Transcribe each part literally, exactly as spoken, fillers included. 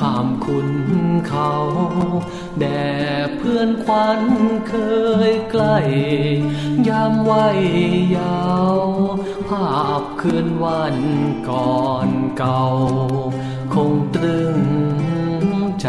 ข้ามคุณเขาแด่เพื่อนควันเคยใกล้ยามวัยยาวภาพคืนวันก่อนเก่าคงตรึงใจ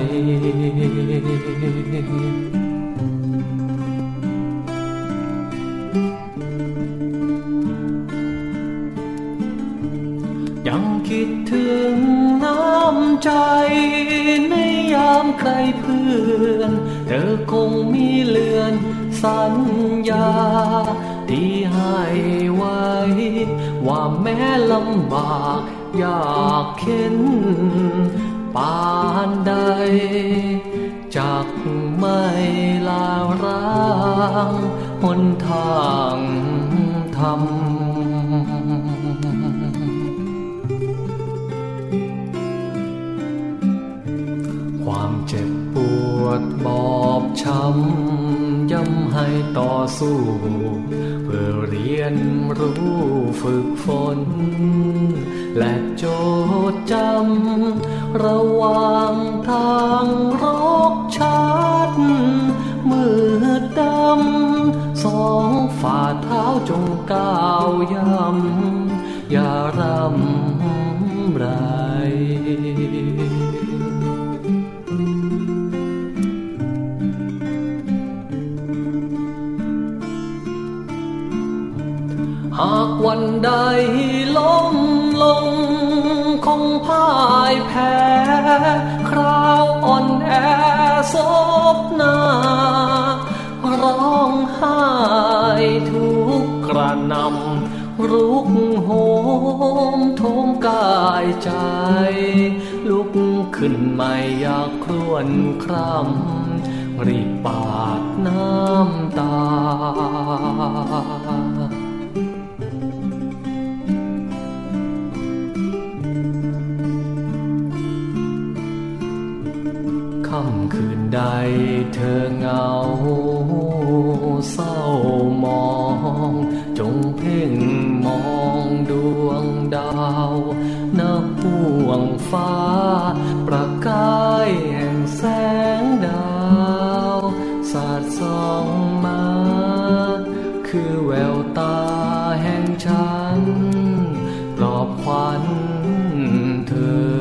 ยังคิดถึงน้ำใจในยามใครเพื่อนเธอคงมีเลือนสัญญาที่ให้ไว้ว่าแม้ลำบากยากเข็นปานใดจักไม่ลาร้างหนทางธรรมความเจ็บปวดบอบช้ำย้ำให้ต่อสู้เพื่อเรียนรู้ฝึกฝนและโจดจำระหว่างทางรกชัดมืดดำสองฝ่าเท้าจงก้าวยำอย่ารำไรหากวันใดล้มลงคงพ่ายแพ้คราวอ่อนแอซบหน้าร้องไห้ทุกข์กระหน่ำรุกโหมโถมกายใจลุกขึ้นใหม่อยากครวญคร่ำรีบปาดน้ำตาค่ำคืนใดเธอเหงาเศร้ามองจงเพ่งมองดวงดาวณห่วงฟ้าประกายแห่งแสงดาวสาดส่องมาคือแววตาแห่งฉันปลอบขวัญเธอ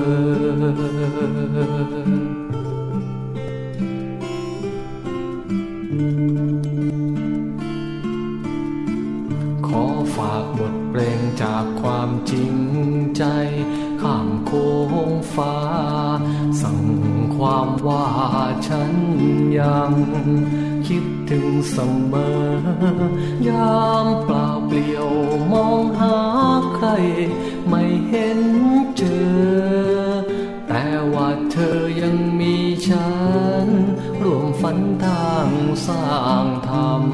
ขอฝากบทเพลงจากความจริงใจข้ามโค้งฟ้าสั่งความว่าฉันยังคิดถึงเสมอยามเปล่าเปลี่ยวมองหาใครไม่เห็นเจอแต่ว่าเธอยังมีฉันร่วมฝันทางสร้างธรรม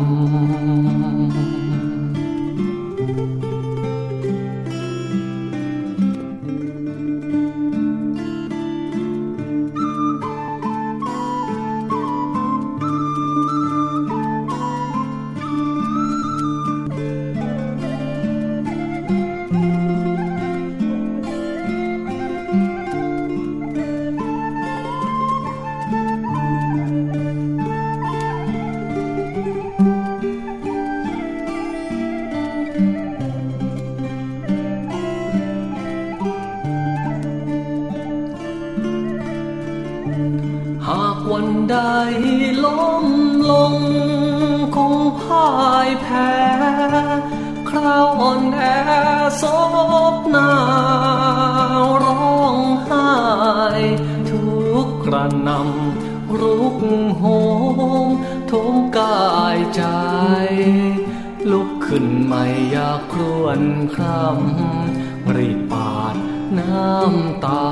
หากวันใดล้มลงคงพ่ายแพ้คราวอ่อนแอซบหน้าร้องไห้ทุกข์กระหน่ำรุกโหมโถมกายใจลุกขึ้นใหม่อยากครวญคร่ำรีบปาดน้ำตา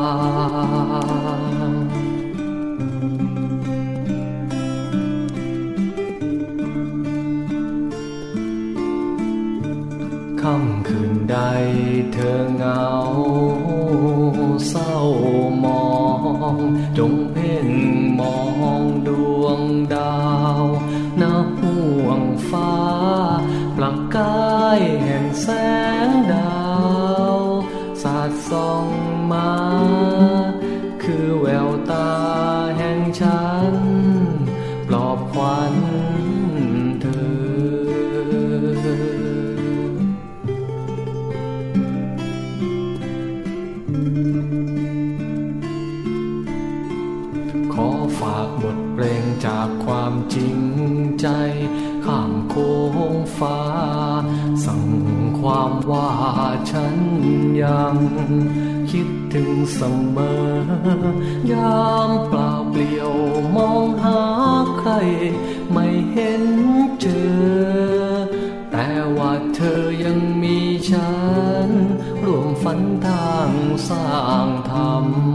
ค่ำคืนใดเธอเหงาเศร้ามองจงเพ่งมองดวงดาวณห่วงฟ้าประกายแห่งแสงดาวสาดส่องมาฝากบทเพลงจากความจริงใจข้ามโค้งฟ้าสั่งความว่าฉันยังคิดถึงเสมอยามเปล่าเปลี่ยวมองหาใครไม่เห็นเจอแต่ว่าเธอยังมีฉันร่วมฝันทางสร้างธรรม